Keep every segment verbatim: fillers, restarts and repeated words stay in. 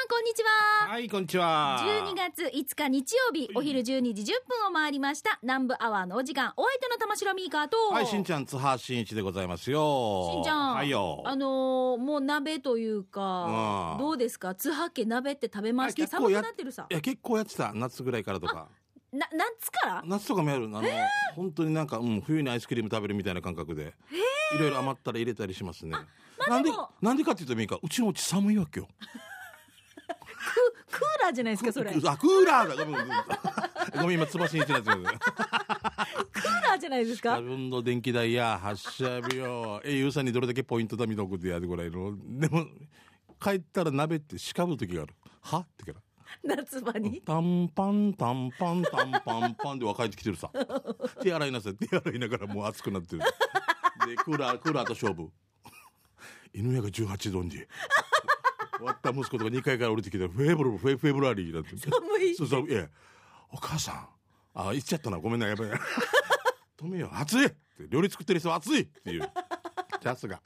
んこんにちは。 はい、こんにちは。 じゅうにがついつか日曜日、お昼じゅうにじじゅっぷんを回りました。南部アワーのお時間、お相手の玉城ミーカーと、 はい、しんちゃん津波しんいちでございますよ。 しんちゃん、 はいよ。 あのー、もう鍋というか、 うん、 どうですか、津波家鍋って食べました？寒くなってるさ。 いや結構やってた、夏ぐらいからとか。 な夏から夏とかもやる、あの、えー、本当になんか、うん、冬にアイスクリーム食べるみたいな感覚で、いろいろ余ったら入れたりしますね。 まあ、 なんでなんでかって言うとミーカー、うちのうち寒いわけよ。 クーラーじゃないですかそれ。 あ、クーラーだ。ごめんごめん、今つばしに行ってないです。 クーラーじゃないですか。 分の電気代や発射日よ。えゆうさんにどれだけポイントだみとくってやるぐらいの。でも帰ったら鍋ってしかぶ時がある。はってから夏場にタンパンタンパンタンパンパンで若いってきてるさ。手洗いなさい、手洗いながらもう暑くなってる。でクーラークーラーと勝負。犬屋がじゅうはちどに終わった息子とかにかいから降りてきて、フェブルフェフェブラリーだって。 寒い。 そうそう、いやお母さん、あ、行っちゃったな、ごめんな、やばい止めよ、暑いって、料理作ってる人は暑いっていうチャスが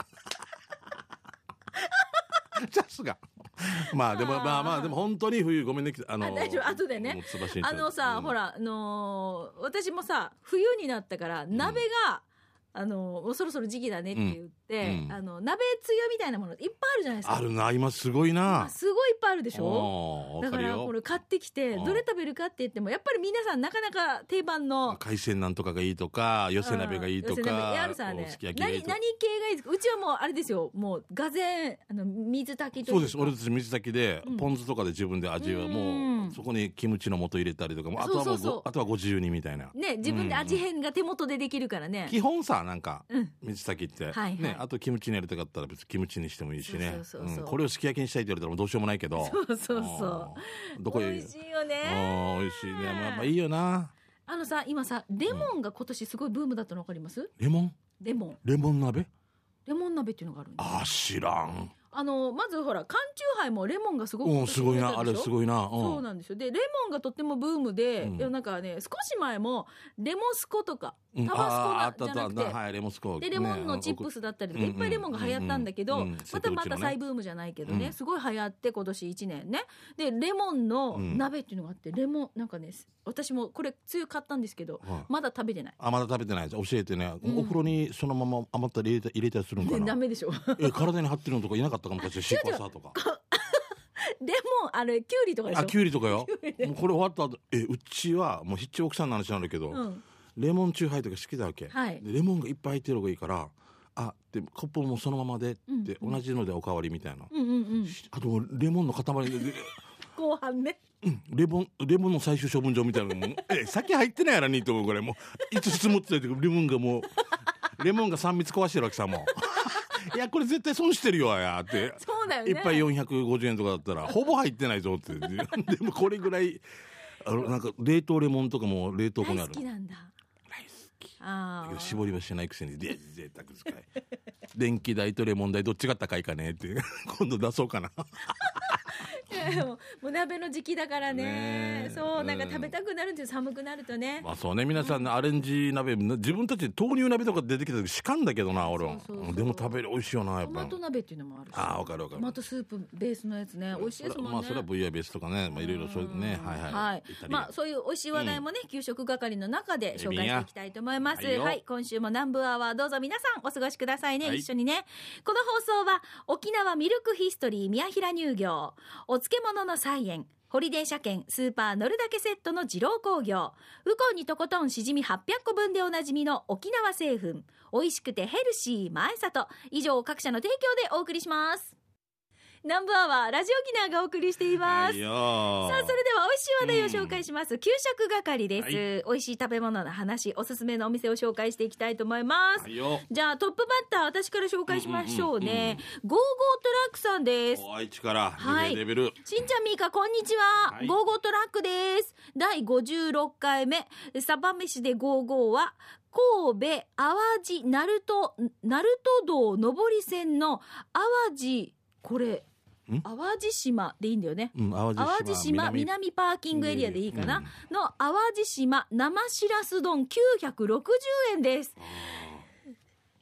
チャスがまあでもまあまあでも本当に冬ごめんね、あのあ大丈夫、後でね、あのさ、うん、ほらあのー、私もさ冬になったから鍋が、うん、あのもうそろそろ時期だねって言って、うん、あの鍋つゆみたいなものいっぱいあるじゃないですか。 あるな、今すごいな、 すごいいっぱいあるでしょ。だからこれ買ってきてどれ食べるかって言ってもやっぱり皆さんなかなか定番の海鮮なんとかがいいとか寄せ鍋がいいとか、 あるさね、何, 何系がいいですか。うちはもうあれですよ、もうがぜあの水炊きというか。 そうです、俺たち水炊きで、うん、ポン酢とかで自分で味はもうそこにキムチの素入れたりとか、もうあとはもうそうそうそう、あとはご自由にみたいなね、自分で味変が手元でできるからね、 うん、基本さなんか、うん、水炊きって、 はいはい、 ね、あとキムチにやりたかったら別にキムチにしてもいいしね、これをすき焼きにしたいって言われたらもうどうしようもないけど、 そうそうそうどこ美味しいよね。 美味しいね、やっぱいいよな。 あのさ今さレモンが今年すごいブームだったの分かります？ レモンレモンレモン鍋レモン鍋っていうのがあるんです。 あ、知らん。 あのまずほら缶チューハイもレモンがすごく、 うん、すごいな、あれすごいな、うん、 そうなんですよ。でレモンがとってもブームで、うん、いやなんかね少し前もレモスコとかタバスコな、うん、じゃなくて、はい、レモスコでレモンのチップスだったりとか、ね、いっぱいレモンが流行ったんだけど、うんうんうん、またまた再ブームじゃないけどね、うん、すごい流行って今年いちねんね。でレモンの鍋っていうのがあって、レモンなんかね私もこれつゆ買ったんですけど、うん、まだ食べてない。 あ、まだ食べてない。教えてね、うん、お風呂にそのまま余ったら入れた入れたりするんかな、 ね、ダメでしょえ体に張ってるのとかいなかったかもかしら、シークワーサーとかレモンあれキュウリとかでしょ。 あ、キュウリとかよもうこれ終わった後、えうちはもう必聴奥さんの話なんだけど、うん、レモンチューハイとか好きだわけ、はい、でレモンがいっぱい入ってる方がいいから、あでコップもそのままでって、うん、同じのでおかわりみたいな、うんうんうん、あとレモンの塊で後半ね、 うん、レモンレモンの最終処分場みたいなのもえ先入ってないやらにいと思う。これもういつ積もってたりとかレモンがもうレモンがさん密壊してるわけさ、もういやこれ絶対損してるよやって、 そうだよね、 いっぱいよんひゃくごじゅうえんとかだったらほぼ入ってないぞってでもこれぐらいあのなんか冷凍レモンとかも冷凍庫にある。 大好きなんだ。 大好き。ああ。絞りはしないくせにで贅沢使い。電気代とレモン代どっちが高いかねって今度出そうかな。 もう鍋の時期だからね、そうなんか食べたくなるんですよ、寒くなるとね。 まあそうね、皆さんのアレンジ鍋、自分たちで豆乳鍋とか出てきた時しかんだけどな、俺は。そうそうそう、でも食べる美味しいよな、やっぱ。 トマト鍋っていうのもあるし。 ああ、わかるわかる。 トマトスープベースのやつね、美味しいですもんね。 まあそれは ブイアイ ベースとかね、まあいろいろそういうね、はいはい、 はい、まあそういう美味しい話題もね、うん、給食係の中で紹介していきたいと思います。はい、はい、今週も南部アワーどうぞ皆さんお過ごしくださいね、はい、一緒にね。この放送は沖縄ミルクヒストリー宮平乳業、お漬物の菜園、ホリデー車検スーパー乗るだけセットの二郎工業、ウコンにとことんしじみはっぴゃっこぶんでおなじみの沖縄製粉、美味しくてヘルシー前里、以上各社の提供でお送りします。南部アワーラジオ沖縄がお送りしています。さあそれでは美味しい話題を紹介します、うん、給食係です、はい、美味しい食べ物の話、おすすめのお店を紹介していきたいと思います。はい、じゃあトップバッター私から紹介しましょうね、うんうんうんうん、ゴーゴートラックさんです。 愛知からはい、 レベルしんちゃんみーかこんにちは、はい、ゴーゴートラックです。だいごじゅうろっかいめサバ飯でゴーゴーは神戸淡路鳴門鳴門道上り線の淡路、これ淡路島でいいんだよね、うん、淡路 島, 淡路島 南, 南パーキングエリアでいいかな、うん、の淡路島生しらす丼きゅうひゃくろくじゅうえんです。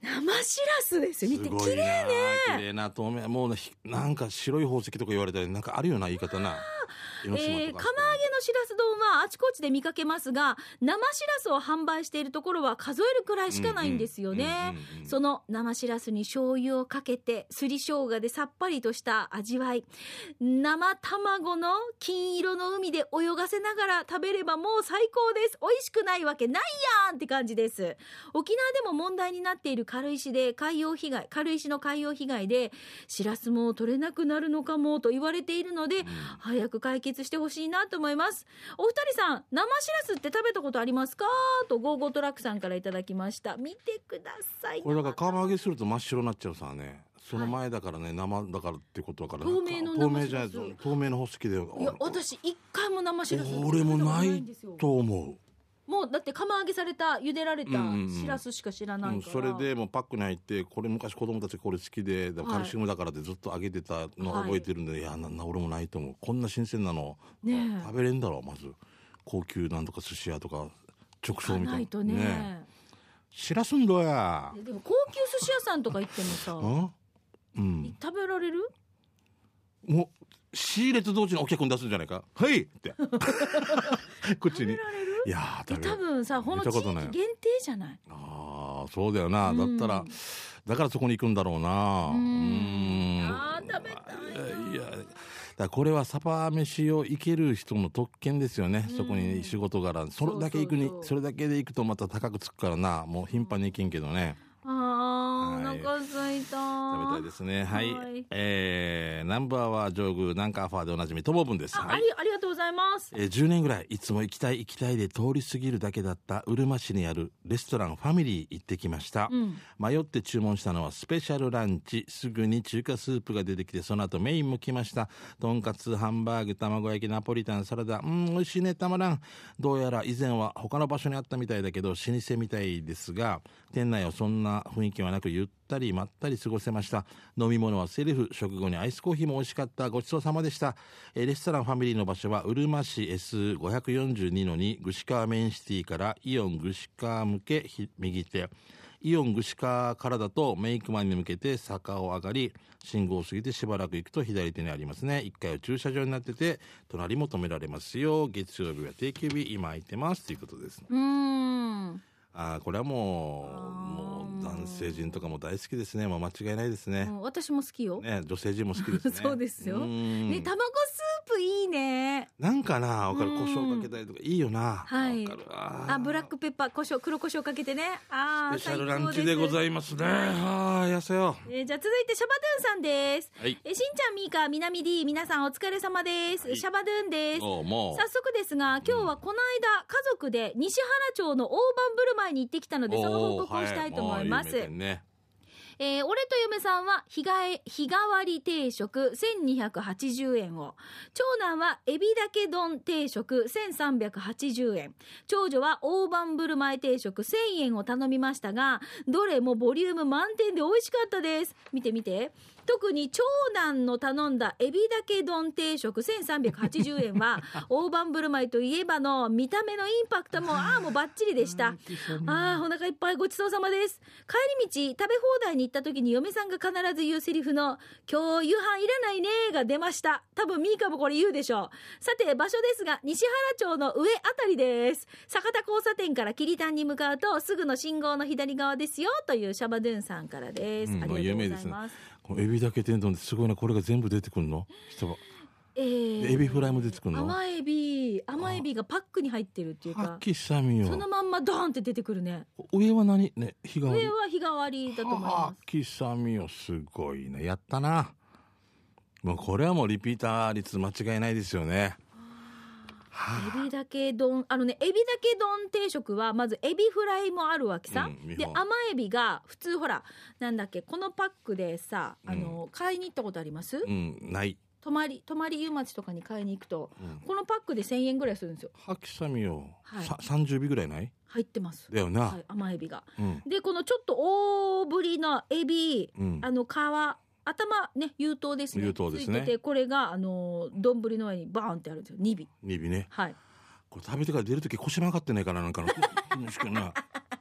生しらすですよ。見て綺麗ね。 綺麗な透明、もうなんか白い宝石とか言われたりなんかあるような言い方な。 えー、釜揚げのしらす丼はあちこちで見かけますが、生しらすを販売しているところは数えるくらいしかないんですよね。その生しらすに醤油をかけてすり生姜でさっぱりとした味わい、生卵の金色の海で泳がせながら食べればもう最高です。美味しくないわけないやんって感じです。沖縄でも問題になっている軽石で海洋被害、軽石の海洋被害でしらすも取れなくなるのかもと言われているので、うん、早く解決してほしいなと思います。お二人さん、生しらすって食べたことありますかとゴーゴートラックさんからいただきました。見てください。 これだから釜揚げすると真っ白になっちゃうさね。その前だからね、はい、生だからってことだから、 透明の生しらす、 透明じゃないと透明の方好きで。いや私一回も生しらす俺もないと思う。 もうだって釜揚げされた茹でられたしらすしか知らないから、 うんうんうん、それでもうパックに入って、これ昔子供たちこれ好きでカルシウムだからでずっと揚げてたのを覚えてるんで、はい、いやなな俺もないと思う。こんな新鮮なの、ね、食べれんだろう。まず高級なんとか寿司屋とか直送みたいなないとね、ね、しらすんどや。 でも高級寿司屋さんとか行ってもさうん、食べられる？ もう仕入れと同時にお客に出すんじゃないか。はいって口に食べられる？いやー多分さ、この地域限定じゃない？ ああそうだよな、うん、だったらだからそこに行くんだろうな。 うんうんあー食べたい。 いやだこれはサバ飯を行ける人の特権ですよね、うん、そこに仕事柄それだけ行くに そ, うそうそうそれだけで行くとまた高くつくからな、もう頻繁に行けんけどね。 あー、はい、お腹すいた。 食べたいですね。はい、はい、えー、ナンバーは上宮ナンカーファーでおなじみともぶんです。 あ、はい、あ, りありがとうございます。 えー、じゅうねんぐらいいつも行きたい行きたいで通り過ぎるだけだったうるま市にあるレストランファミリー行ってきました、うん、迷って注文したのはスペシャルランチ。すぐに中華スープが出てきて、その後メインも来ました。とんかつ、ハンバーグ、卵焼き、ナポリタン、サラダ。うん美味しいね、たまらん。どうやら以前は他の場所にあったみたいだけど老舗みたいですが、店内はそんな雰囲気はなくゆったりまったり過ごせました。飲み物はセルフ、食後にアイスコーヒーも美味しかった。ごちそうさまでした。えー、レストランファミリーの場所はうるま市 エスごよんじゅうに のに串川メインシティからイオン串川向け右手、イオン串川からだとメイクマンに向けて坂を上がり、信号を過ぎてしばらく行くと左手にありますね。いっかいは駐車場になってて隣も止められますよ。月曜日は定休日、今空いてますということです。 うーんあこれはもう、もう男性陣とかも大好きですね。もう間違いないですね、 うん、私も好きよ、 ね、女性陣も好きですねそうですよ、ね、卵スープいいね。 なんかな、わかる、胡椒かけたりとかいいよな、 はい、 わかる。ああブラックペッパー、胡椒、黒胡椒かけてね。あスペシャルランチでございますね。はい、やせよ、 えー、じゃあ続いてシャバドゥンさんです、はい、えしんちゃん、みーか、みなみ D、 皆さんお疲れ様です、はい、シャバドゥンです。早速ですが今日はこの間家族で西原町の大盤振る舞いに行ってきたので、その報告をしたいと思います。えー、俺と嫁さんは日替日替わり定食せんにひゃくはちじゅうえんを、長男はエビだけ丼定食せんさんびゃくはちじゅうえん、長女は大盤振る舞い定食せんえんを頼みましたが、どれもボリューム満点で美味しかったです。見て見て、特に長男の頼んだエビだけ丼定食せんさんびゃくはちじゅうえんは大盤振る舞いといえばの見た目のインパクトもああもうバッチリでした。ああお腹いっぱいごちそうさまです。帰り道食べ放題に行った時に嫁さんが必ず言うセリフの今日夕飯いらないねが出ました。多分ミーカもこれ言うでしょう。さて場所ですが西原町の上あたりです。坂田交差点から桐谷に向かうとすぐの信号の左側ですよというシャバドゥンさんからです、うん、ありがとうございます。 エビだけ天丼ってすごいな。これが全部出てくるの人は、 えー、 エビフライも出てくるの。 甘エビ甘エビがパックに入ってるっていうか、 はっきさみよ、 そのまんまドーンって出てくるね。 上は何ね、日替わり。 上は日替わりだと思います。 はっきさみよ、すごいね、やったな。もうこれはもうリピーター率間違いないですよね。 エビだけ丼、あのねエビだけ丼定食はまずエビフライもあるわけさ、うん、で甘エビが普通ほらなんだっけ、このパックでさ、あの、うん、買いに行ったことあります？ うん、ない。 泊まり泊まり湯町とかに買いに行くと、うん、このパックでせんえんぐらいするんですよ。 はきさみよ、はい、さんじゅうびぐらいない入ってますだよな、 はい、甘エビが、 うん、 でこのちょっと大ぶりのエビ、うん、あの皮頭ね、有頭ですね。 有頭ですね。 ついてて、これがあの丼の上にバーンってあるんですよ。にび。 にびね。 はい。 これ食べてから出るとき腰曲がってないからなんかの。な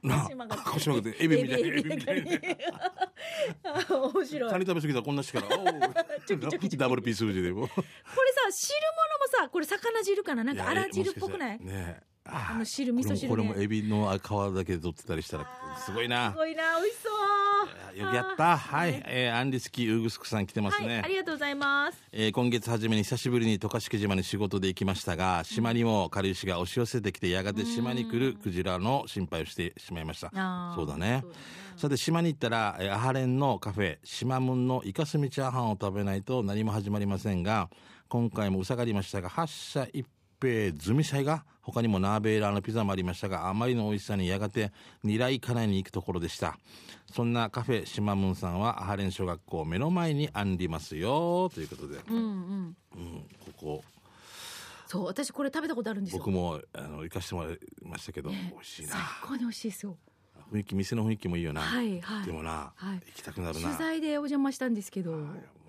腰曲がって腰曲がってエビみたいなエビエビみたいな面白い。 カニ食べ過ぎたらこんな力おチョキチョキチョキダブルピース富士でもこれさ汁物もさこれ魚汁かななんかあら汁っぽくない？ ねえあの汁味噌汁ね。 これもエビの皮だけで取ってたりしたらすごいな。 すごいな美味しそう。 よくやったはい、はい、えー、アンリスキーウグスクさん来てますね、 はい、ありがとうございます、 えー、今月初めに久しぶりに渡嘉敷島に仕事で行きましたが島にも軽石が押し寄せてきてやがて島に来るクジラの心配をしてしまいました。そうだね。さて島に行ったら、えー、アハレンのカフェ島ムンのイカスミチャーハンを食べないと何も始まりませんが今回もうさがりましたが発射一平ズミシャイが他にもナーベーラーのピザもありましたがあまりの美味しさにやがてニライカナに行くところでした。そんなカフェ島ムンさんはアハレン小学校目の前にありますよということで、 うんうんうん、ここそう私これ食べたことあるんですよ。 僕もあの行かせてもらいましたけど、ね、美味しいな。 最高に美味しいですよ。 雰囲気店の雰囲気もいいよな、 はいはい、 でもな、はい、行きたくなるな。 取材でお邪魔したんですけど、はい、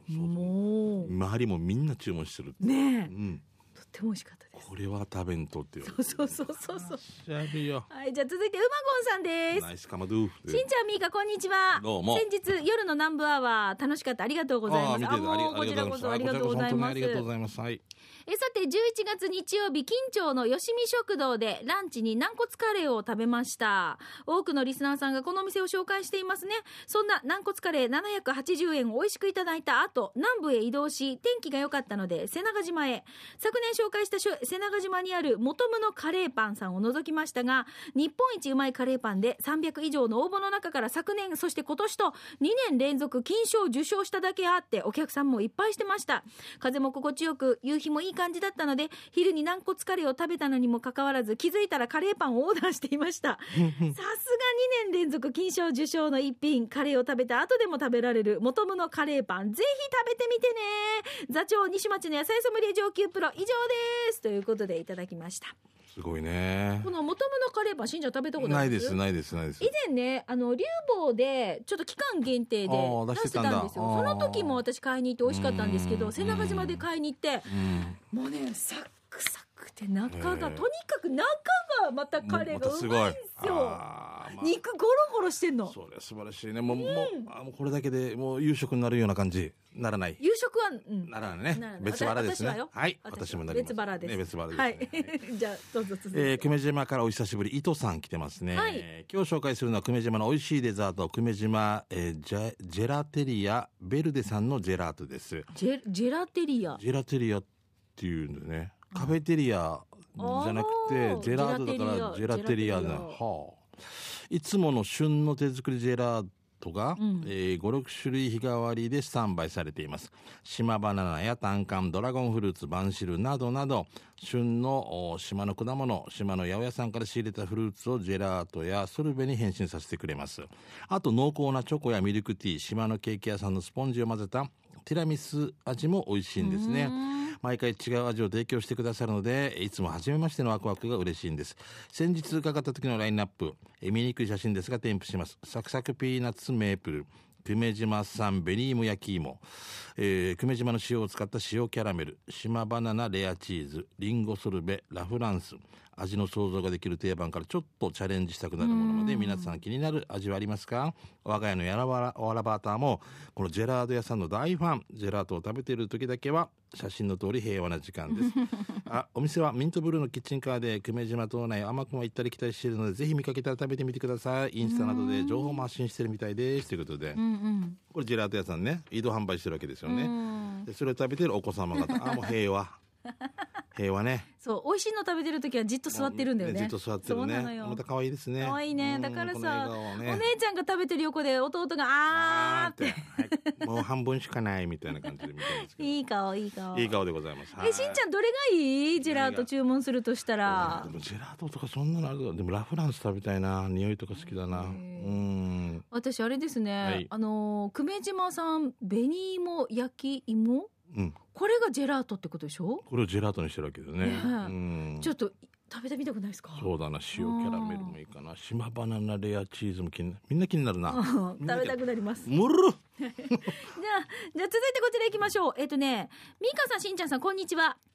もう周りもみんな注文してるねえ、 うん、 とっても美味しかったです。 これは食べんとっていう。 そうそうそうそうそう。はい、じゃあ続いてうまごんさんです。 ナイスカマドゥ。 しんちゃんみーかこんにちは。 どうも。 先日夜の南部アワー楽しかったありがとうございます。 ああ、見てた。ありこちらこそありがとうございます。 ありがとうございます。はい。 えさてじゅういちがつ日曜日近町のよしみ食堂でランチに軟骨カレーを食べました。多くのリスナーさんがこのお店を紹介していますね。そんな軟骨カレーななひゃくはちじゅうえんを美味しくいただいた後南部へ移動し天気が良かったので瀬長島へ。昨年紹介した瀬長島にある元ムのカレーパンさんを除きましたが日本一うまいカレーパンでさんびゃく以上の応募の中から昨年そして今年とにねん連続金賞を受賞しただけあってお客さんもいっぱいしてました。風も心地よく夕日もいい感じだったので昼に軟骨カレーを食べたのにもかかわらず気づいたらカレーパンをオーダーしていました。さすがにねん連続金賞受賞の一品カレーを食べた後でも食べられる元ムのカレーパンぜひ食べてみてね。座長西町の野菜ソムリエ上級プロ以上ですということでいただきました。 すごいね。 この元ムのカレーパンしんちゃん食べたことある？ ないですないですないです。 以前ねあの竜坊でちょっと期間限定で出してたんですよ。その時も私買いに行って美味しかったんですけど瀬長島で買いに行って、うん、もうねサクサクで中がとにかく中がまたカレーがうまいんですよ、まあ、肉ゴロゴロしてんの。 それ素晴らしいね。もう、うん、もうあもうこれだけでもう夕食になるような感じならない。 夕食は、うん、 ならないね。ならない別腹ですね。 私はよ。 はい私もなります。 別腹です、 ね、別腹です、 ね、はい、じゃあどうぞ続いて、 えー、久米島からお久しぶり伊藤さん来てますね、はい、今日紹介するのは久米島の美味しいデザート久米島、えー、ジ, ャジェラテリアベルデさんのジェラートです。 ジ ェ, ジェラテリアジェラテリアっていうんでねカフェテリアじゃなくてジェラートだからジェラテリアだ、はあ、いつもの旬の手作りジェラートが、うんえー、ごろく種類日替わりでスタンバイされています。島バナナやタンカンドラゴンフルーツバンシルなどなど旬の島の果物島の八百屋さんから仕入れたフルーツをジェラートやソルベに変身させてくれます。あと濃厚なチョコやミルクティー島のケーキ屋さんのスポンジを混ぜたティラミス味も美味しいんですね。毎回違う味を提供してくださるのでいつも初めましてのワクワクが嬉しいんです。先日伺った時のラインナップえ見にくい写真ですが添付します。サクサクピーナッツメープル久米島産紅芋焼き芋、えー、久米島の塩を使った塩キャラメル島バナナレアチーズリンゴソルベラフランス味の想像ができる定番からちょっとチャレンジしたくなるものまで皆さん気になる味はありますか？我が家のやらわらわらバーターもこのジェラート屋さんの大ファン。ジェラートを食べている時だけは写真の通り平和な時間ですあお店はミントブルーのキッチンカーで久米島島内甘くも行ったり来たりしているのでぜひ見かけたら食べてみてください。インスタなどで情報も発信してるみたいですということで、うんうん、これジェラート屋さんね移動販売してるわけですよね。でそれを食べてるお子様方あもう平和平和ね。 そう美味しいの食べてる時はじっと座ってるんだよね。 じっと座ってるね。また可愛いですね。 可愛いね。だからさ、ね、お姉ちゃんが食べてる横で弟があーって、 はい、もう半分しかないみたいな感じで見てるんですけどいい顔いい顔いい顔でございます。 えしんちゃんどれがいい？ジェラート注文するとしたら。 でもジェラートとかそんなのあるけどでもラフランス食べたいな。匂いとか好きだな。うん私あれですね、はい、あの久米島産紅芋焼き芋、うん、これがジェラートってことでしょ？ これをジェラートにしてるわけだね、ね、うん、 ちょっと食べてみたくないですか？ そうだな塩キャラメルもいいかな。島バナナレアチーズも気にみんな気になるな食べたくなりますむるじゃあじゃあ続いてこちら行きましょう。えっとねミカさんしんちゃんさんこんにちは。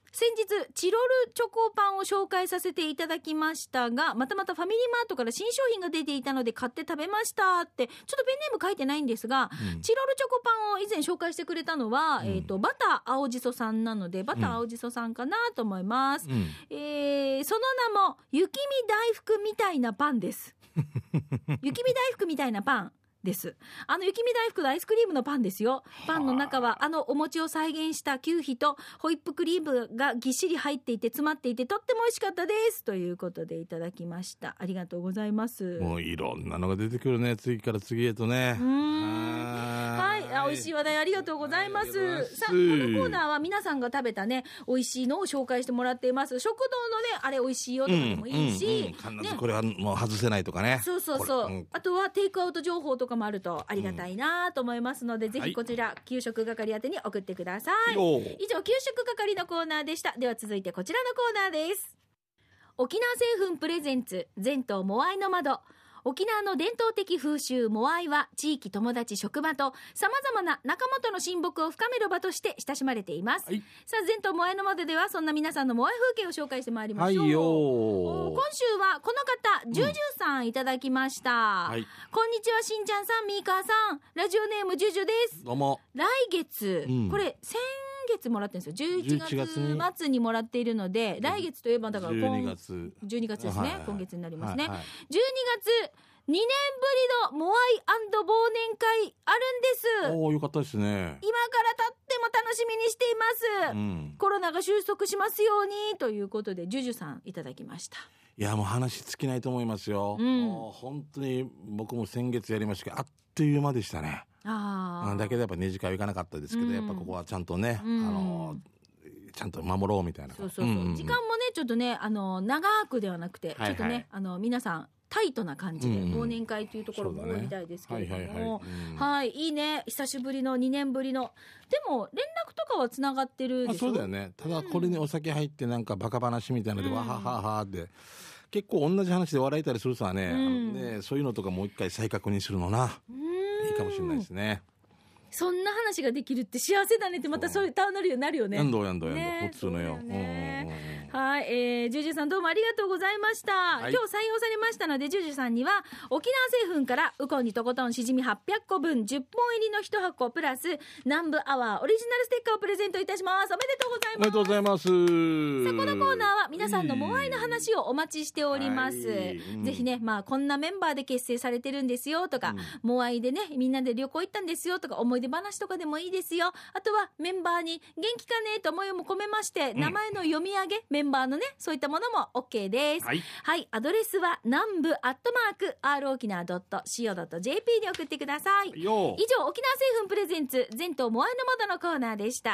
先日チロルチョコパンを紹介させていただきましたが、またまたファミリーマートから新商品が出ていたので買って食べましたって、ちょっとペンネーム書いてないんですが、うん、チロルチョコパンを以前紹介してくれたのは、うん、えーと、バター青じそさんなので、バター青じそさんかなと思います、うん、えー、その名も雪見大福みたいなパンです雪見大福みたいなパンです。あの雪見大福のアイスクリームのパンですよ。パンの中はあのお餅を再現した求肥とホイップクリームがぎっしり入っていて詰まっていてとっても美味しかったですということでいただきました。ありがとうございます。 もういろんなのが出てくるね、次から次へとね。 うーん、はい、あ、美味しい話題ありがとうございます。さあ、このコーナーは皆さんが食べたね美味しいのを紹介してもらっています。食堂のねあれ美味しいよとかでもいいし、 うんうんうん、必ずこれはもう外せないとかね。 そうそうそう、うん、あとはテイクアウト情報とかもあるとありがたいなと思いますので、うん、ぜひこちら、はい、給食係宛てに送ってください。以上給食係のコーナーでした。では続いてこちらのコーナーです。沖縄製粉プレゼンツ全島モアイの窓。沖縄の伝統的風習モアイは地域、友達、職場とさまざまな仲間との親睦を深める場として親しまれています、はい、さあ全島モアイの窓ではそんな皆さんのモアイ風景を紹介してまいりましょう、はいよー。今週はこの方ジュジュさんいただきました、うん、はい、こんにちは、しんちゃんさん、みーかーさん、ラジオネームジュジュです。 どうも。 来月、うん、これ先月もらってるんですよ。じゅういちがつ末にもらっているので、来月といえばだから今じゅうにがつじゅうにがつですね、はいはい、今月になりますね、はいはい、じゅうにがつにねんぶりのモアイ&忘年会あるんです。 おー、よかったですね。 今からとっても楽しみにしています、うん、コロナが収束しますようにということでジュジュさんいただきました。 いやもう話尽きないと思いますよ、うん、もう本当に僕も先月やりましたけどあっという間でしたね。あだけどやっぱ二次会は行かなかったですけど、うん、やっぱここはちゃんとね、うん、あのちゃんと守ろうみたいな。 そうそうそう、うんうん、時間もねちょっとねあの長くではなくて、はいはい、ちょっとねあの皆さんタイトな感じで忘年会というところも多いみたいですけれども、はい、いいね、久しぶりのにねんぶりの。でも連絡とかはつながってるでしょ。あ、 そうだよね。ただこれにお酒入ってなんかバカ話みたいなので、うん、わはははって結構同じ話で笑えたりするさね、うん、あのねそういうのとかもう一回再確認するのな、うん、いいかもしれないですね。 そんな話ができるって幸せだねってまたそういうターンなるようになるよね。 やんどうやんどうやんどう、ね、普通のよ。 はい、えー、ジュジュさんどうもありがとうございました、はい、今日採用されましたのでジュジュさんには沖縄製粉からウコンにとことんしじみはっぴゃっこぶんじゅっぽん入りのいちはこプラス南部アワーオリジナルステッカーをプレゼントいたします。おめでとうございます。 おめでとうございます。 さあこのコーナーは皆さんのモアイの話をお待ちしております、はい、うん、ぜひね、まあ、こんなメンバーで結成されてるんですよとか、うん、モアイでねみんなで旅行行ったんですよとか思い出話とかでもいいですよ。あとはメンバーに元気かねと思いも込めまして、うん、名前の読み上げメンバーのねそういったものも OK です。はい、はい、アドレスは南部アットマーク アール 沖縄 ドット シーオー ドット ジェーピー に送ってください。以上沖縄製粉プレゼンツ全島モアイの窓のコーナーでした。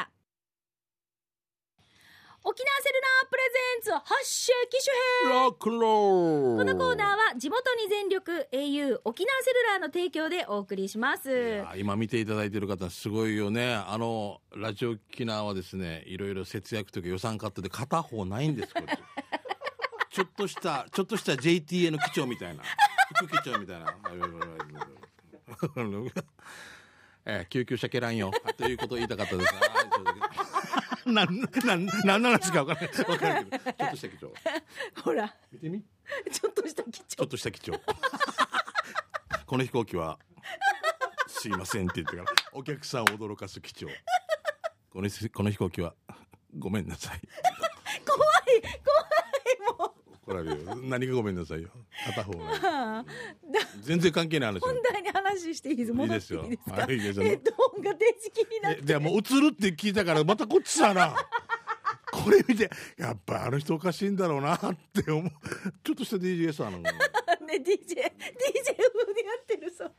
沖縄セルラープレゼンツ発射機種編ロックンロール。このコーナーは地元に全力 エーユー 沖縄セルラーの提供でお送りします。いや今見ていただいている方すごいよね。あのラジオ沖縄はですねいろいろ節約というか予算カットで片方ないんですこれちょっとしたちょっとした ジェイティーエー の機長みたいな副機長みたいなえー、救急車蹴らんよということを言いたかったですなんなんなんの話か分からない分からないけどちょっとした機長ほら見てみちょっとした機長ちょっとした機長この飛行機はすいませんって言ってからお客さんを驚かす機長このこの飛行機はごめんなさい怖い怖いもう怒られるよ。何がごめんなさいよ片方が全然関係ない話。 本題に話していいです。 いいですよ。 いいですか。 はい、いいですよ。 ヘッドホンが電池気になってじゃあもう映るって聞いたからまたこっちさなこれ見てやっぱあの人おかしいんだろうなって思う。ちょっとした ディージェー さのねディージェー ディージェー 風にやってるそう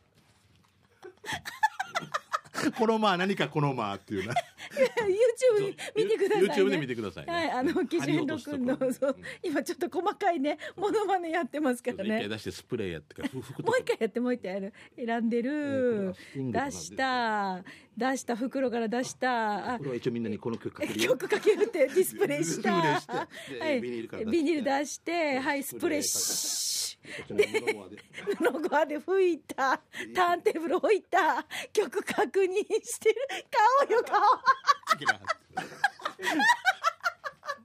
このまあ何かこのまあっていうな YouTube 見てください、ね、 YouTube で見てくださいね。 はい、あの機種変録のそう、うん、今ちょっと細かいねモノマネやってますからね。 一回出してスプレーやってからもう一回やってもう一回やる選んでる、えー、出した出した袋から出した袋は一応みんなにこの曲かけるよ曲かけるってディスプレイしたはい、 ビニールからビニール出してはいスプレーシーで布ゴアで拭いたターンテーブル置いた曲確認してる顔よ顔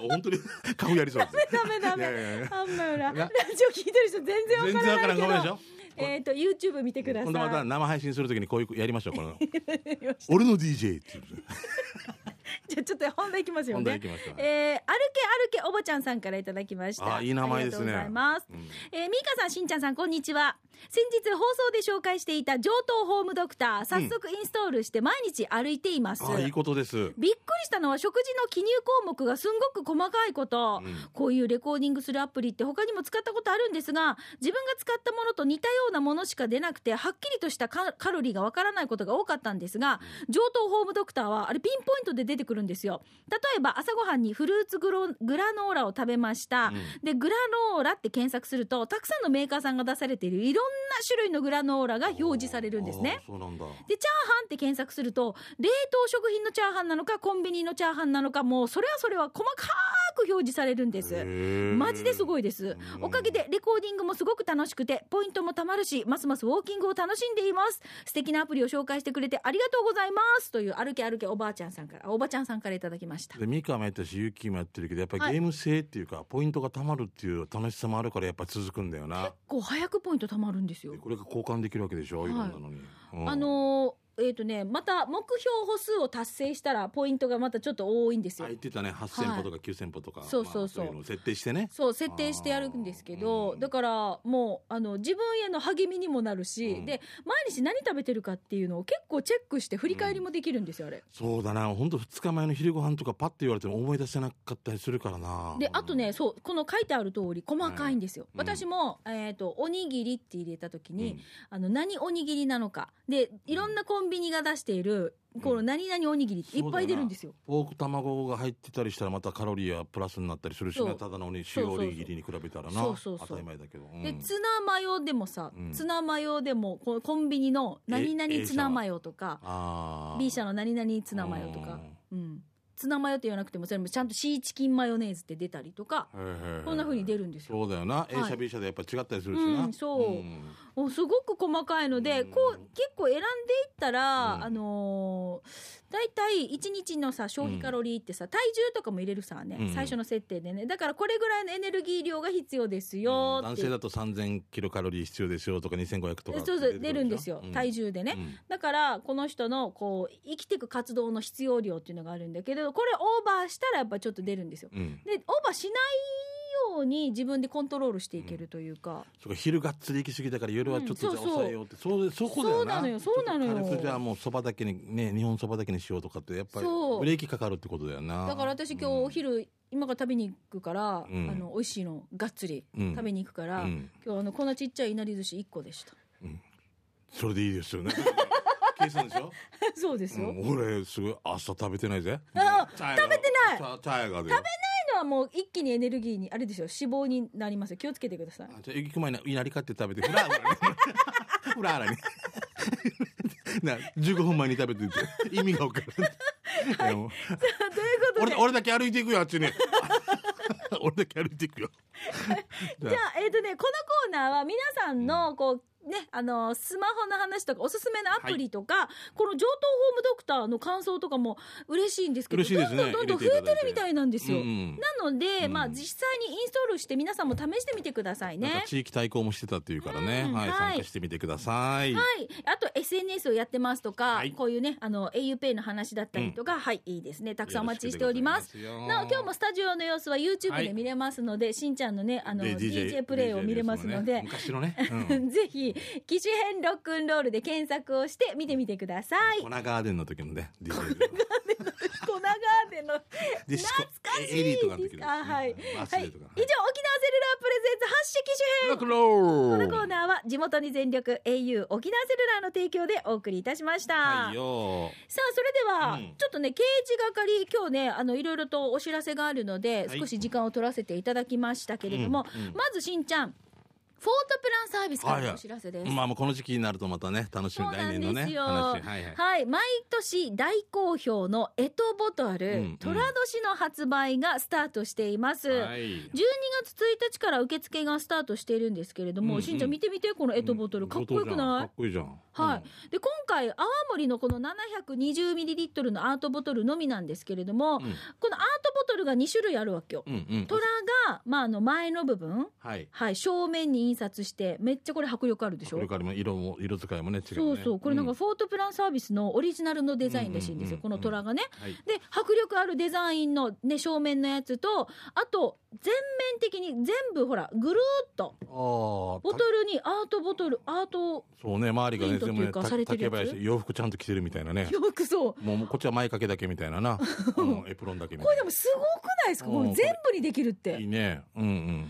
本当に顔やりそうです。 ダメダメダメ。あんまよな。ラジオ聞いてる人全然わからないけど。全然わからんかもでしょ。えっと YouTube 見てください。 今度また生配信するときにこういうやりましょう。この俺の ディージェー っていう。 じゃあちょっと本題いきますよね。 本題いきましょう。 えー、歩け歩けおばちゃんさんからいただきました。 あ、いい名前ですね。 ありがとうございます。うん、えー、みーかさん、しんちゃんさん、こんにちは。先日放送で紹介していた上等ホームドクター、早速インストールして毎日歩いています。 うん、あ、いいことです。 びっくりしたのは食事の記入項目がすんごく細かいこと、うん、こういうレコーディングするアプリって他にも使ったことあるんですが、自分が使ったものと似たようなものしか出なくてはっきりとしたカロリーがわからないことが多かったんですが、上等ホームドクターはあれピンポイントで出てくるんですよ。例えば朝ごはんにフルーツグログラノーラを食べました、うん、でグラノーラって検索するとたくさんのメーカーさんが出されているいろんな種類のグラノーラが表示されるんですね。 そうなんだ。 でチャーハンって検索すると冷凍食品のチャーハンなのかコンビニのチャーハンなのか、もうそれはそれは細かく表示されるんです。マジですごいです。おかげでレコーディングもすごく楽しくてポイントもたまるし、ますますウォーキングを楽しんでいます。素敵なアプリを紹介してくれてありがとうございますという歩け歩けおばあちゃんさんからおばちゃんさんからいただきました。 でミカもやったしユキもやってるけど、やっぱりゲーム性っていうか、はい、ポイントがたまるっていう楽しさもあるからやっぱり続くんだよな。 結構早くポイントたまるんですよ。 これが交換できるわけでしょ、はい、いろんなのに、うん、 あのーえーとね、また目標歩数を達成したらポイントがまたちょっと多いんですよ。 言ってたね、はっせん歩とかきゅうせん歩とか、 はい、そうそうそう、 まあ、そういうのを設定してね、 そう設定してやるんですけど、だからもうあの自分への励みにもなるし、うん、で毎日何食べてるかっていうのを結構チェックして振り返りもできるんですよ、うん、あれ。 そうだな、本当ふつかまえの昼ご飯とかパッと言われても思い出せなかったりするからな。 であとね、そうこの書いてある通り細かいんですよ、はい、私も、えーと、おにぎりって入れた時に、うん、あの何おにぎりなのかでいろんなコンビニが出しているこの何々おにぎりっていっぱい出るんですよ。 ポーク卵が入ってたりしたらまたカロリーはプラスになったりするしね、ただの塩おにぎりに比べたらな、そうそうそう当たり前だけど、うん、 でツナマヨでもさ、うん、ツナマヨでもこコンビニの何々ツナマヨとか B 社の何々ツナマヨとか、うん、ツナマヨって言わなくてもそれもちゃんとシーチキンマヨネーズって出たりとか、こんな風に出るんですよ。 そうだよな、はい、A 社 B 社でやっぱ違ったりするしな、 うん、そう、うん、すごく細かいので、うん、こう結構選んでいったら、うん、あのー、だいたいいちにちのさ消費カロリーってさ、うん、体重とかも入れるさね、うん、最初の設定でね、だからこれぐらいのエネルギー量が必要ですよって、うん、 男性だとさんぜんキロカロリー必要ですよとかにせんごひゃくとかそうそう出るんですよ、うん、体重でね、うん、だからこの人のこう生きていく活動の必要量っていうのがあるんだけど、これオーバーしたらやっぱちょっと出るんですよ、うん、でオーバーしないように自分でコントロールしていけるというか、うん、 そうか、昼がっつり行き過ぎたから夜はちょっとじゃあ抑えようって、うん、そうそうそこだよな。そうなのよそうなのよ。軽くじゃあもうそばだけにね、日本そばだけにしようとかってやっぱりブレーキかかるってことだよな。 だから私今日お昼、うん、今から食べに行くから、うん、あの美味しいのがっつり食べに行くから、うん、今日あのこんなちっちゃいいなり寿司いっこでした、うん、それでいいですよね計算でしょそうですよ、うん、俺すごい朝食べてないぜ。あ食べてない。茶屋が食べないのはもう一気にエネルギーにあれですよ、脂肪になりますよ。気をつけてください。じゃあ行く前にいなり買って食べてフラーラにフラーラになじゅうごふんまえに食べてて意味が分からない、はい、どういうことで 俺, 俺だけ歩いていくよあっちに俺だけ歩いていくよじゃあ、えーとね、このコーナーは皆さんのこうね、あのスマホの話とかおすすめのアプリとか、はい、この上等ホームドクターの感想とかも嬉しいんですけど、嬉しいですね、どんどんどんどん増えてるみたいなんですよ、うんうん、なので、うん、まあ、実際にインストールして皆さんも試してみてくださいね。なんか地域対抗もしてたっていうからね、うん、はい、はい、参加してみてください、はい、あと エスエヌエス をやってますとか、はい、こういうねあの auPay の話だったりとか、うん、はいいいですね、たくさんお待ちしております。なお今日もスタジオの様子は YouTube で見れますので、はい、しんちゃんのねあの ディージェー プレイを見れますので、昔のね、うん、ぜひ機種編ロックンロールで検索をして見てみてください。コナガーデンの時のね、コナガーデンのコナガーデンの懐かしいエリートがの時の、はいはい、以上沖縄セルラープレゼンツ発色機種編。このコーナーは地元に全力 エーユー 沖縄セルラーの提供でお送りいたしました、はい、よさあそれでは、うん、ちょっとね刑事係今日ねあのいろいろとお知らせがあるので、はい、少し時間を取らせていただきましたけれども、うんうん、まずしんちゃんフォートプランサービスからのお知らせです。はい、まあもうこの時期になるとまたね楽しみ、来年のね話、はいはい、はい、毎年大好評のエトボトル、うんうん、寅年の発売がスタートしています、はい、じゅうにがつついたちから受付がスタートしているんですけれども、うんうん、しんちゃん見てみてこのエトボトル、うん、かっこよくない？かっこいいじゃん。はい、うん、で今回泡盛のこの ななひゃくにじゅうミリリットル のアートボトルのみなんですけれども、うん、このアートボトトルがに種類あるわけよ、 うんうん、 虎が、まあ、あの前の部分、 はいはい、正面に印刷してめっちゃこれ迫力あるでしょ。 迫力あります。色も色使いもね違うね。 そうそう、これなんかフォートプランサービスのオリジナルのデザインらしいんですよ、この虎がね、はい、で迫力あるデザインの、ね、正面のやつと、あと全面的に全部ほらぐるーっとボトルにアートボトルアートそうね、周りがね全部ね竹林洋服ちゃんと着てるみたいなね。 洋服そうもうこっちは前掛けだけみたいななうん、エプロンだけみたいな。これでもすごくないですか、これ全部にできるって。 いいね、うんうん、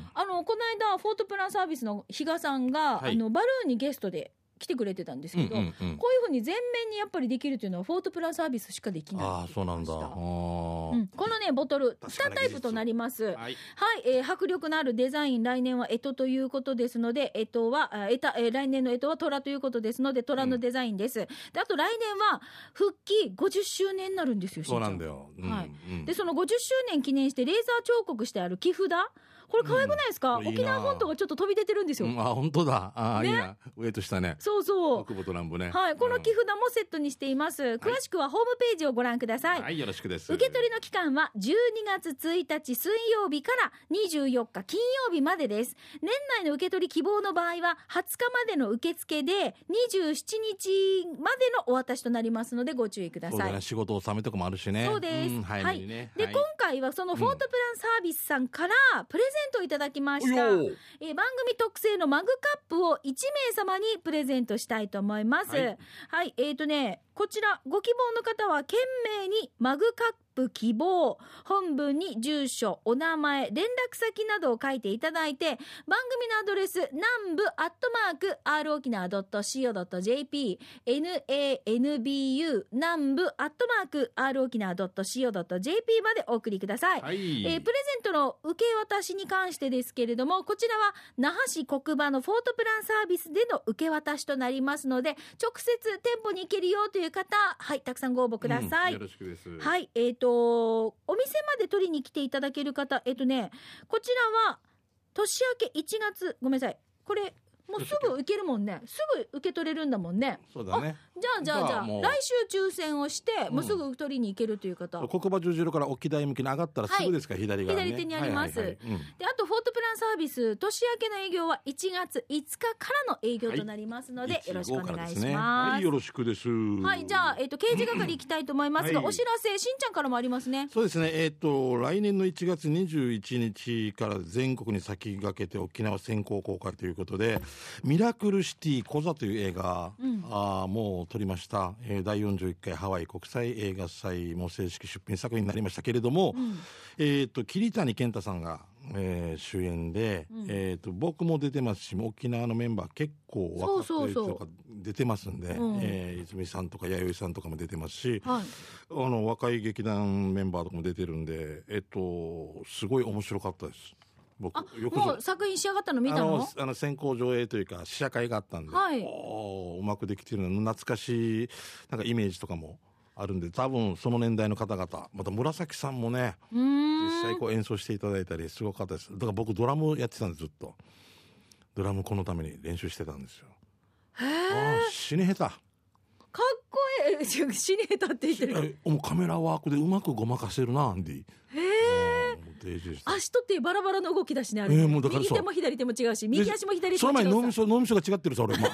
あのこの間フォートプランサービスの比嘉さんが、はい、あのバルーンにゲストで来てくれてたんですけど、うんうんうん、こういうふうに全面にやっぱりできるというのはフォートプランサービスしかできない。 ああそうなんだ。あ、うん、 このねボトルにタイプとなります。はい、はい、えー、迫力のあるデザイン、来年は干支ということですので、干支はえた、えー、来年の干支は虎ということですので虎のデザインです、うん、であと来年は復帰ごじゅっしゅうねんになるんですよ。 そうなんだよ、うん、 はい、うん、でそのごじゅっしゅうねん記念してレーザー彫刻してある木札、これ可愛くないですか、うん、いい沖縄本島がちょっと飛び出てるんですよ、 うん、あ本当だ、あ、ね、いいな、上と下ね。 そうそう奥ボトラン部ね、 はい、この木札もセットにしています、うん、詳しくはホームページをご覧ください。 はい、よろしくです。 受け取りの期間はじゅうにがつついたち水曜日からにじゅうよっか金曜日までです。年内の受け取り希望の場合ははつかまでの受付でにじゅうしちにちまでのお渡しとなりますのでご注意ください。 そうだね、仕事納めとかもあるしね。 そうです、うん、 早めにね、 はい、で、 はい、 今回はそのフォートプランサービスさんからプレゼントをいただきました、うん、えー、番組特製のマグカップをいちめいさまにプレゼントしたいと思います。はい、はい、えーとねこちらご希望の方は懸命にマグカップ希望、本文に住所、お名前、連絡先などを書いていただいて、番組のアドレス南部アットマーク アール 沖縄 ドット シーオー ドット ジェーピー ナンブ 南部アットマーク アール 沖縄 ドット シーオー ドット ジェーピー までお送りください、はい、えー、プレゼントの受け渡しに関してですけれども、こちらは那覇市国場のフォートプランサービスでの受け渡しとなりますので、直接店舗に行けるよという方、はい、たくさんご応募ください、 うん、よろしくです。 はい、えーとお店まで取りに来ていただける方、えっとねこちらは年明けいちがつ、ごめんなさい、これもうすぐ受けるもんね、すぐ受け取れるんだもんね。 そうだね。 じゃあじゃあじゃあ来週抽選をして、うん、もうすぐ取りに行けるという方、 国場十字路から沖台向きに上がったらすぐですか、はい、左側、ね、 左手にあります、はいはいはい、うん、であとフォートプランサービス年明けの営業はいちがついつかからの営業となりますので、はい、よろしくお願いします、ね、 はい、よろしくです。 はい、じゃあ、えーと、刑事係行きたいと思いますが、はい、お知らせしんちゃんからもありますね。 そうですね、えーと来年のいちがつにじゅういちにちから全国に先駆けて沖縄先行公開ということで、ミラクルシティコザという映画、うん、あもう撮りました、えー、だいよんじゅういっかいハワイ国際映画祭も正式出品作品になりましたけれども、うん、えーと桐谷健太さんが、えー、主演で、うん、えーと僕も出てますし、沖縄のメンバー結構若手とか出てますんで、うん、えー、泉さんとか弥生さんとかも出てますし、はい、あの若い劇団メンバーとかも出てるんで、えっとすごい面白かったです。僕あよくもう作品仕上がったの見たの？ あのあの先行上映というか試写会があったんで、はい、おうまくできてるの、懐かしいなんかイメージとかもあるんで、多分その年代の方々、また紫さんもね、うーん実際こう演奏していただいたりすごかったです。だから僕ドラムやってたんです、ずっとドラムこのために練習してたんですよ。 へー、 あ死に下手、かっこいい死に下手って言ってる。 もうカメラワークでうまくごまかせるなアンディ。へー、足とってバラバラの動きだしね、あれ、えー、もうだから右手も左手も違うし、右足も左手も違うし、 その前に脳みそ脳みそが違ってるさ俺も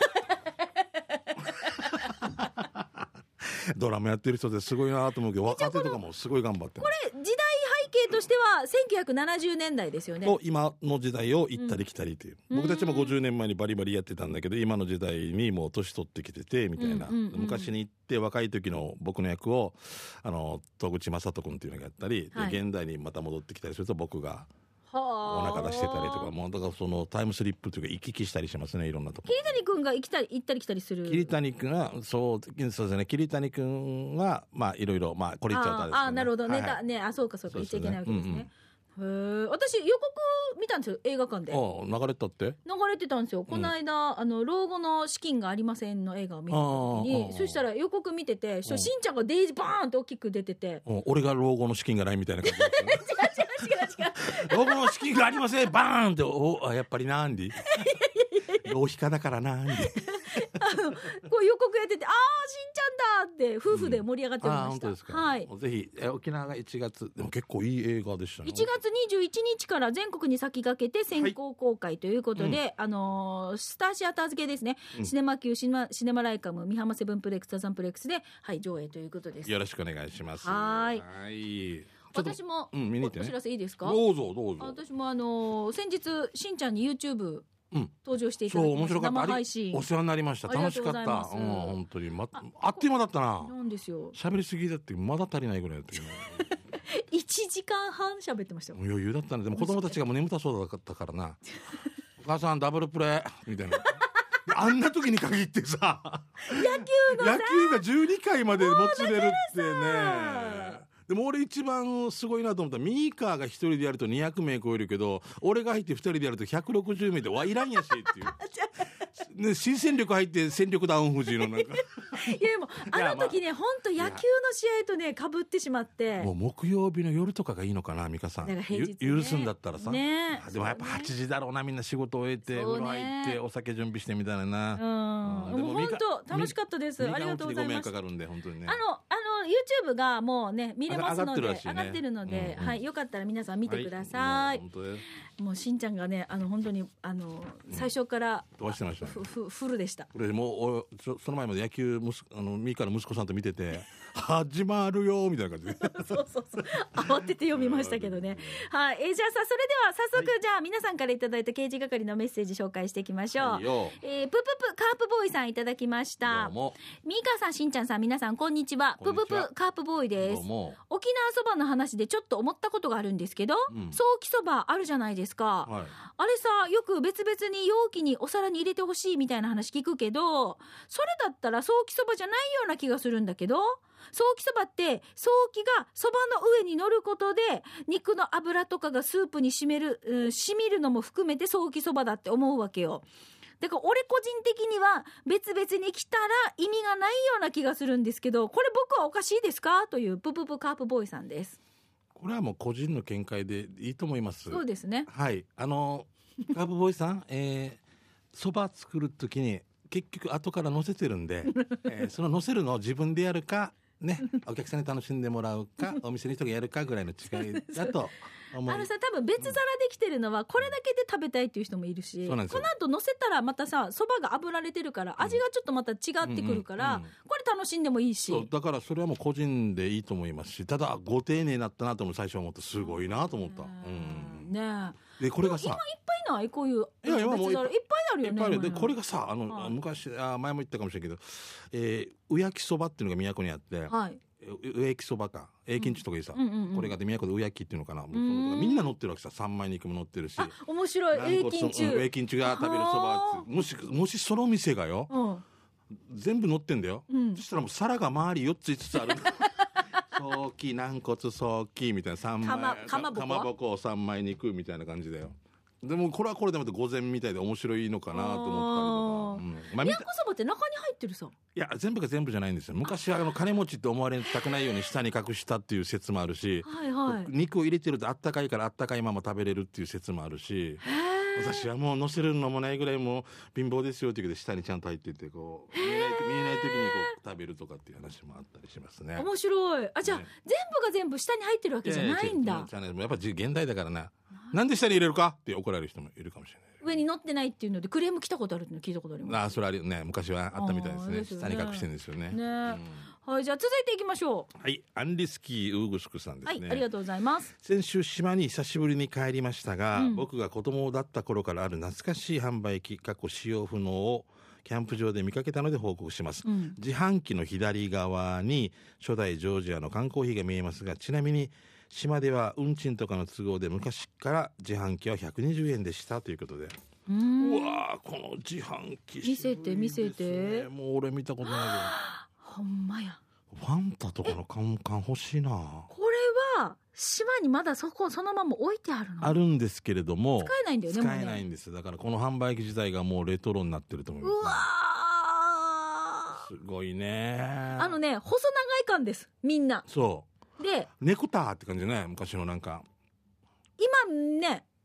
ドラムやってる人ですごいなと思うけど、若手とかもすごい頑張ってる。 これ時代背景としてはせんきゅうひゃくななじゅうねんだいですよね。 と今の時代を行ったり来たりという、うん、僕たちもごじゅうねんまえにバリバリやってたんだけど、今の時代にもう年取ってきててみたいな、うんうんうん、昔に行って若い時の僕の役をあの戸口正人君っていうのがやったり、はい、で現代にまた戻ってきたりすると僕がお腹出してたりとか、もうだからそのタイムスリップというか行き来したりしますね、いろんなとこ。 桐谷君が行きたり行ったり来たりする。 桐谷君がそうそうですね、桐谷君はまあいろいろまあこれ言っちゃうとあれですけど、ね、 ああなるほど、ネタ、はいはい、ね、あそうかそうか、言っちゃいけないわけですね。へー、私予告見たんですよ、映画館で。ああ流れたって流れてたんですよ、この間、うん、あの老後の資金がありませんの映画を見た時に、そしたら予告見てて、しんちゃんがデイジバーンって大きく出てて、 俺が老後の資金がないみたいな感じで違う違う違う違う老後の資金がありませんバーンって、おあやっぱりなんで浪費家だからなんであこう予告やってて、ああしんちゃんだって夫婦で盛り上がってました、 うん、あ本当ですか、 はい、 ぜひえ沖縄がいちがつでも結構いい映画でしたね。 いちがつにじゅういちにちから全国に先駆けて先行公開ということで、はい、うん、あのー、スターシアター付けですね、うん、シネマ級シネマ、シネマライカム美浜セブンプレックスサザンプレックスで、はい、上映ということです。 よろしくお願いします。 はい、 はい、 私も、うん、見に行ってね、お知らせいいですか。 どうぞどうぞ。 私もあのー、先日しんちゃんに YouTubeうん、登場していただきました。 そう面白かった。 生配信お世話になりました。楽しかった。うん、本当に、ま、あ, あっという間だったな。 なんですよ。 喋りすぎだってまだ足りないぐらいだったけどいちじかんはん喋ってました。 余裕だったね。でも子供たちがもう眠たそうだったからなお母さんダブルプレーみたいなあんな時に限ってさ野球のさ野球がじゅうにかいまでもつれるってね。でも俺一番すごいなと思ったら、ミーカーが一人でやるとにひゃくめい超えるけど、俺が入って二人でやるとひゃくろくじゅうめいでわいらんやしっていうね、新戦力入って戦力ダウン富士のなんかいやでもあの時ね、本当野球の試合とね被ってしまって、 もう木曜日の夜とかがいいのかな美香さん、ね、許すんだったらさ、ね、でもやっぱはちじだろうな、みんな仕事を終えて、ね、風呂入ってお酒準備してみたいな、 うん、でも本当楽しかったです。ありがとうございます。ご迷惑かかるんで本当にね、あのあの YouTube がもうね見れますので、上がってる、ね、上がってるので、うんうん、はい、よかったら皆さん見てください、はい、も, うもうしんちゃんがね、あの本当にあの最初から飛ばしてました、ね、フ, フルでした。 これもうその前まで野球あのミカの息子さんと見てて始まるよみたいな感じでそうそうそう、慌てて読みましたけどねはい、えー、じゃあさ、それでは早速、はい、じゃあ皆さんからいただいた刑事係のメッセージ紹介していきましょう、はい、えー、プププカープボーイさんいただきました。どうもミカさん、しんちゃんさん、皆さんこんにちは。プププカープボーイです。沖縄そばの話でちょっと思ったことがあるんですけど、うん、ソーキそばあるじゃないですか、はい、あれさ、よく別々に容器にお皿に入れてほしいみたいな話聞くけど、それだったらソーキそばじゃないような気がするんだけど、ソーキそばってソーキがそばの上に乗ることで肉の脂とかがスープに染める、うん、染みるのも含めてソーキそばだって思うわけよ。だから俺個人的には別々に来たら意味がないような気がするんですけど、これ僕はおかしいですかというプププカープボーイさんです。 これはもう個人の見解でいいと思います。 そうですね、 はい、あのカープボーイさん、えー、そば作るときに結局後から乗せてるんで、えー、その乗せるのを自分でやるかね、お客さんに楽しんでもらうかお店の人がやるかぐらいの違いだと思う。 あのさ、多分別皿できてるのはこれだけで食べたいっていう人もいるし、この後乗せたらまたさ、そばが炙られてるから味がちょっとまた違ってくるから、うんうんうん、これ楽しんでもいいし。 そうだからそれはもう個人でいいと思いますし、ただご丁寧になったなとも最初思って、すごいなと思った、うん、 ねえ。 でこれがさ、 今いっぱいないこういういやいやもういっぱいあるよね。いっぱいあるでこれがさ、あの、はい、昔あ前も言ったかもしれないけど、えー、うやきそばっていうのが宮古にあって、はい、うやきそばか永金地とかいうさ、うんうんうんうん、これがで宮古でうやきっていうのかな、もうみんな乗ってるわけさ、三枚肉も乗ってるし、 あ面白い、永金地永金地が食べるそば、もしもしその店がよ、うん、全部乗ってんだよ、うん、そしたらもう皿が周りよっついつつある早期軟骨早期みたいなさんまいかまぼこさんまい肉みたいな感じだよ。でもこれはこれでまた午前みたいで面白いのかなと思ったりとか、うん、まあ、 宮古そばって中に入ってるさ。 いや全部が全部じゃないんですよ。昔はあの金持ちって思われたくないように下に隠したっていう説もあるし、はいはい、肉を入れてるとあったかいからあったかいまま食べれるっていう説もあるし、私はもう乗せるのもないぐらいもう貧乏ですよっていうけど下にちゃんと入っててこう見えない、見えない時にこう食べるとかっていう話もあったりしますね。 面白い。あ、じゃあ、ね、全部が全部下に入ってるわけじゃないんだ。 やっぱ現代だからな、なんで下に入れるかって怒られる人もいるかもしれない。 上に乗ってないっていうのでクレーム来たことあるっていうの聞いたことあります。 あ、それあるね、昔はあったみたいです ね, ですね。下に隠してるんですよね。ね、うん、 はい、じゃあ続いていきましょう。 はい、アンリスキーウーグスクさんですね。 はい、ありがとうございます。 先週島に久しぶりに帰りましたが、うん、僕が子供だった頃からある懐かしい販売機過去使用不能をキャンプ場で見かけたので報告します、うん、自販機の左側に初代ジョージアの缶コーヒーが見えますが、ちなみに島では運賃とかの都合で昔から自販機はひゃくにじゅうえんでしたということで、う, うわー、この自販機、 見せて見せて、 もう俺見たことないけどほんまや。 ファンタとかの缶缶欲しいな。 これは島にまだそこそのまま置いてあるの？ あるんですけれども使えないんだよね。 使えないんです。だからこの販売機自体がもうレトロになってると思います、ね、 うわー、すごいね。 あのね、細長い缶です、みんな。 そうでネクターって感じね、昔のなんか今ね、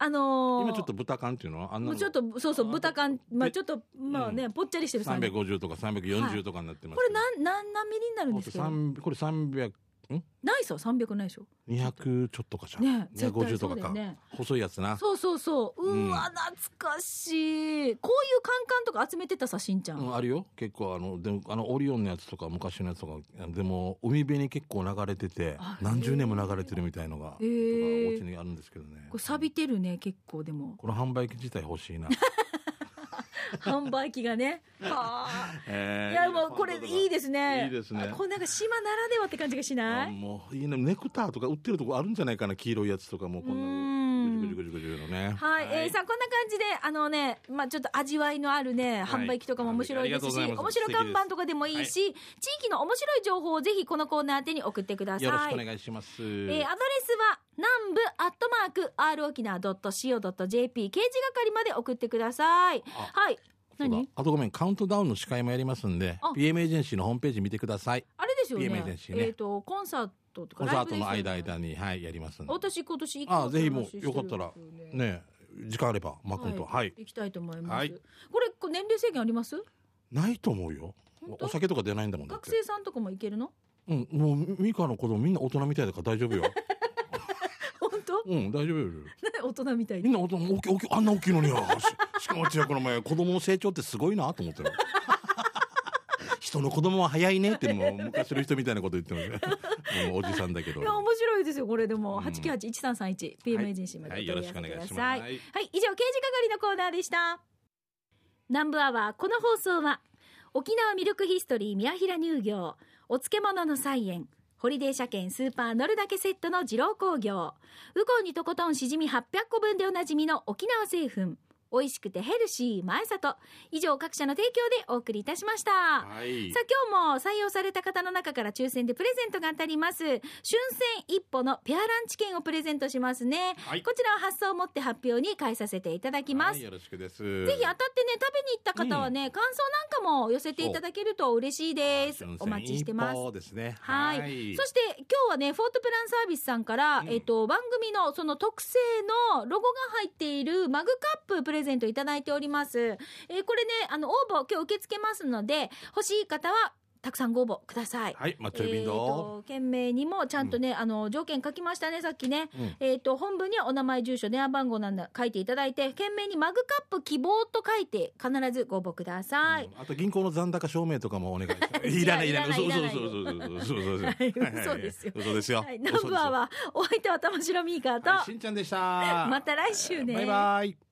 あのー、 今ちょっと豚缶っていうのはあんなのもうちょっとそうそう豚缶、まあちょっとまあね、うん、ぽっちゃりしてるさんびゃくごじゅうとかさんびゃくよんじゅうとかになってます、 はい、これ何何何ミリになるんですか。 これさんびゃくんないささんびゃくないでしょ。 にひゃくちょっとかじゃん、 ね、 にひゃくごじゅうとかか、ね、細いやつな。 そうそうそううわ、うん、懐かしい。こういうカンカンとか集めてたさしんちゃん、 うん、あるよ結構。あのでもあのオリオンのやつとか昔のやつとかでも海辺に結構流れてて何十年も流れてるみたいのが、えー、お家にあるんですけどね。 これ錆びてるね結構。でもこの販売機自体欲しいな販売機がねはあ、えー、いやもうこれいいですね。 いいですね。 これなんか島ならではって感じがしない。 もういいね。ネクターとか売ってるとこあるんじゃないかな。黄色いやつとかもこんなぐじゅぐじゅぐじゅぐじゅのね。 はい、はい、えー、さあこんな感じであのね、まあちょっと味わいのあるね、はい、販売機とかも面白いですし、面白看板とかでもいいし、はい、地域の面白い情報をぜひこのコーナー宛てに送ってください。 よろしくお願いします。えー、アドレスは南部アットマーク アール 沖縄 ドット シーオー ドット ジェーピー 掲示係まで送ってください。はい。何？ あとごめん、カウントダウンの司会もやりますんで ピーエム エージェンシーのホームページ見てください。 あれですよね、 ピーエム エージェンシーね、 えーとコンサートとかコンサートの間間に、はい、やりますんで。 私今年行くあぜひもうよかったらね時間あればマックンと、はい、 行きたいと思います、はい、これ年齢制限あります？ ないと思うよ。お酒とか出ないんだもん。 学生さんとかも行けるの？ うん、もうミカの子供みんな大人みたいだから大丈夫よ本当？ うん大丈夫よ。 大人みたい。 みんな大人大き大きあんな大きいのによし, しかも違うこの前子供の成長ってすごいなと思ってる人の子供は早いねってもう昔の人みたいなこと言ってますもうおじさんだけど。 いや面白いですよこれ。でも はちきゅうはち いちさんさんいち ピーエム エージェンシーまでお問い合わせください。はい、はい、よろしくお願いします。はい、はい、以上刑事係のコーナーでした。南部アワー、この放送は沖縄ミルクヒストリー宮平乳業、お漬物の菜園、ホリデー車検スーパー乗るだけセットの二郎工業、ウコンにとことんしじみはっぴゃっこぶんでおなじみの沖縄製粉、美味しくてヘルシー前里、以上各社の提供でお送りいたしました、はい、さあ今日も採用された方の中から抽選でプレゼントが当たります春戦一歩のペアランチ券をプレゼントしますね、はい、こちらは発送をもって発表に返させていただきます、はい、 よろしくです。 ぜひ当たってね食べに行った方はね、うん、感想なんかも寄せていただけると嬉しいです。お待ちしてます。 そうですね、 はい、はい、そして今日はねフォートプランサービスさんから、うん、えっと、番組のその特製のロゴが入っているマグカッププレゼントいただいております、えー、これねあの応募今日受け付けますので欲しい方はたくさんご応募ください。 はい、マッチョビンド。 件名にもちゃんとね、うん、あの条件書きましたねさっきね、うん、えっ、ー、と本文にはお名前住所電話番号なんだ書いていただいて件名にマグカップ希望と書いて必ずご応募ください、うん、 あと銀行の残高証明とかもお願いしますいらないいらないそうそうそうそうそうですよ嘘ですよ。 ナンバーはお相手は玉城ミーカーと、 はい、しんちゃんでした。 また来週ね。 バイバイ。